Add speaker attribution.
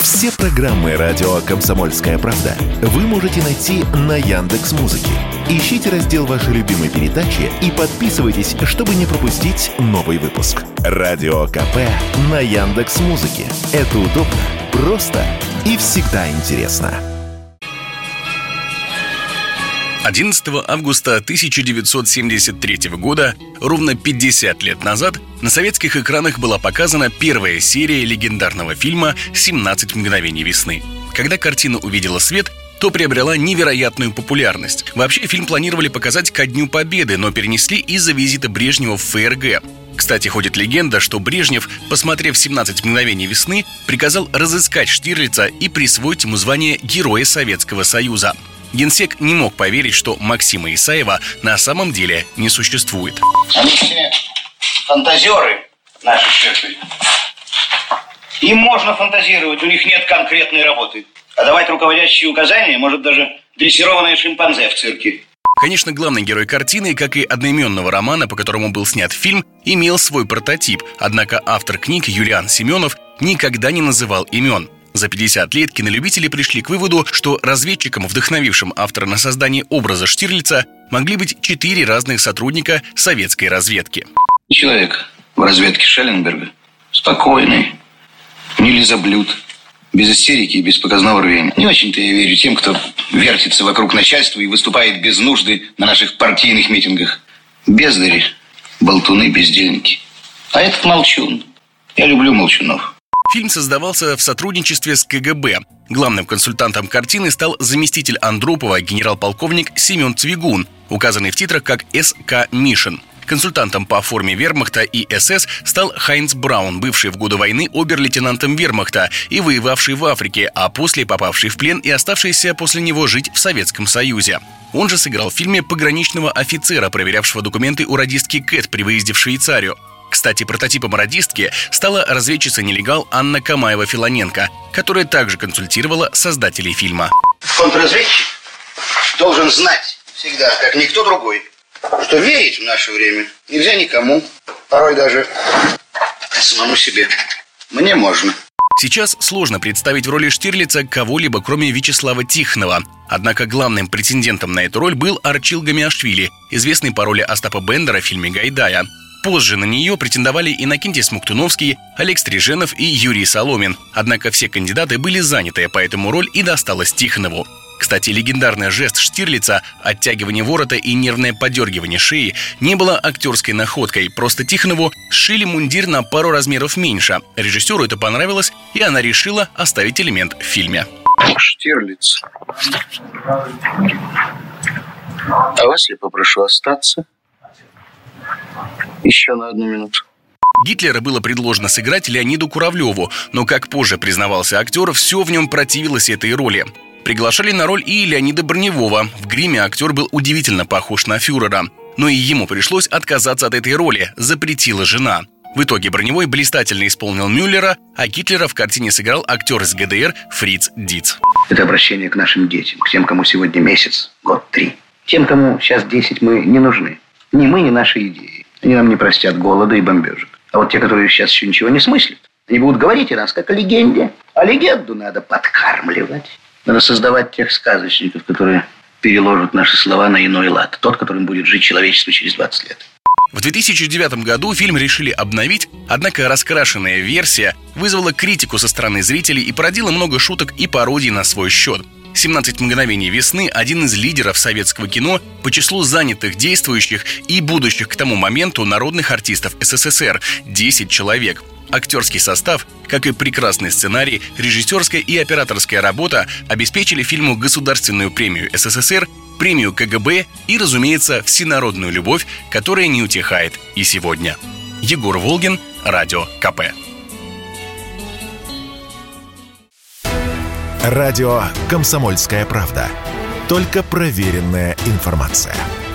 Speaker 1: Все программы радио «Комсомольская правда» вы можете найти на Яндекс.Музыке. Ищите раздел вашей любимой передачи и подписывайтесь, чтобы не пропустить новый выпуск. Радио КП на Яндекс.Музыке. Это удобно, просто и всегда интересно.
Speaker 2: 11 августа 1973 года, ровно 50 лет назад, на советских экранах была показана первая серия легендарного фильма «17 мгновений весны». Когда картина увидела свет, то приобрела невероятную популярность. Вообще, фильм планировали показать ко Дню Победы, но перенесли из-за визита Брежнева в ФРГ. Кстати, ходит легенда, что Брежнев, посмотрев «17 мгновений весны», приказал разыскать Штирлица и присвоить ему звание Героя Советского Союза. Генсек не мог поверить, что Максима Исаева на самом деле не существует.
Speaker 3: Они все фантазеры, наши шефы. Им можно фантазировать, у них нет конкретной работы. А давать руководящие указания может даже дрессированное шимпанзе в цирке.
Speaker 2: Конечно, главный герой картины, как и одноименного романа, по которому был снят фильм, имел свой прототип. Однако автор книг Юлиан Семенов никогда не называл имен. За 50 лет кинолюбители пришли к выводу, что разведчиком, вдохновившим автора на создание образа Штирлица, могли быть 4 разных сотрудника советской разведки.
Speaker 3: Человек в разведке Шелленберга спокойный, не лизоблюд, без истерики и без показного рвения. Не очень-то я верю тем, кто вертится вокруг начальства и выступает без нужды на наших партийных митингах. Бездари, болтуны, бездельники. А этот молчун. Я люблю молчунов.
Speaker 2: Фильм создавался в сотрудничестве с КГБ. Главным консультантом картины стал заместитель Андропова, генерал-полковник Семен Цвигун, указанный в титрах как С.К. Мишин. Консультантом по форме вермахта и СС стал Хайнц Браун, бывший в годы войны обер-лейтенантом вермахта и воевавший в Африке, а после попавший в плен и оставшийся после него жить в Советском Союзе. Он же сыграл в фильме пограничного офицера, проверявшего документы у радистки Кэт при выезде в Швейцарию. Кстати, прототипом радистки стала разведчица-нелегал Анна Камаева-Филоненко, которая также консультировала создателей фильма.
Speaker 3: Контрразведчик должен знать всегда, как никто другой, что верить в наше время нельзя никому, порой даже самому себе. Мне можно.
Speaker 2: Сейчас сложно представить в роли Штирлица кого-либо, кроме Вячеслава Тихонова. Однако главным претендентом на эту роль был Арчил Гамиашвили, известный по роли Остапа Бендера в фильме Гайдая. Позже на нее претендовали Иннокентий Смоктуновский, Олег Стриженов и Юрий Соломин. Однако все кандидаты были заняты, поэтому роль и досталась Тихонову. Кстати, легендарный жест Штирлица, оттягивание ворота и нервное подергивание шеи, не было актерской находкой. Просто Тихонову сшили мундир на пару размеров меньше. Режиссеру это понравилось, и она решила оставить элемент в фильме.
Speaker 3: Штирлиц. А вас я попрошу остаться еще на 1 минуту.
Speaker 2: Гитлера было предложено сыграть Леониду Куравлеву, но, как позже признавался актер, все в нем противилось этой роли. Приглашали на роль и Леонида Броневого. В гриме актер был удивительно похож на фюрера. Но и ему пришлось отказаться от этой роли, запретила жена. В итоге Броневой блистательно исполнил Мюллера, а Гитлера в картине сыграл актер из ГДР Фриц Диц.
Speaker 3: Это обращение к нашим детям, к тем, кому сегодня месяц, год, 3. Тем, кому сейчас 10, мы не нужны. Ни мы, ни наши идеи. Они нам не простят голода и бомбежек. А вот те, которые сейчас еще ничего не смыслят, они будут говорить о нас как о легенде. А легенду надо подкармливать. Надо создавать тех сказочников, которые переложат наши слова на иной лад. Тот, которым будет жить человечество через 20 лет.
Speaker 2: В 2009 году фильм решили обновить, однако раскрашенная версия вызвала критику со стороны зрителей и породила много шуток и пародий на свой счет. «17 мгновений весны» – один из лидеров советского кино по числу занятых, действующих и будущих к тому моменту народных артистов СССР – 10 человек. Актерский состав, как и прекрасный сценарий, режиссерская и операторская работа обеспечили фильму Государственную премию СССР, премию КГБ и, разумеется, всенародную любовь, которая не утихает и сегодня. Егор Волгин, Радио КП.
Speaker 1: Радио «Комсомольская правда». Только проверенная информация.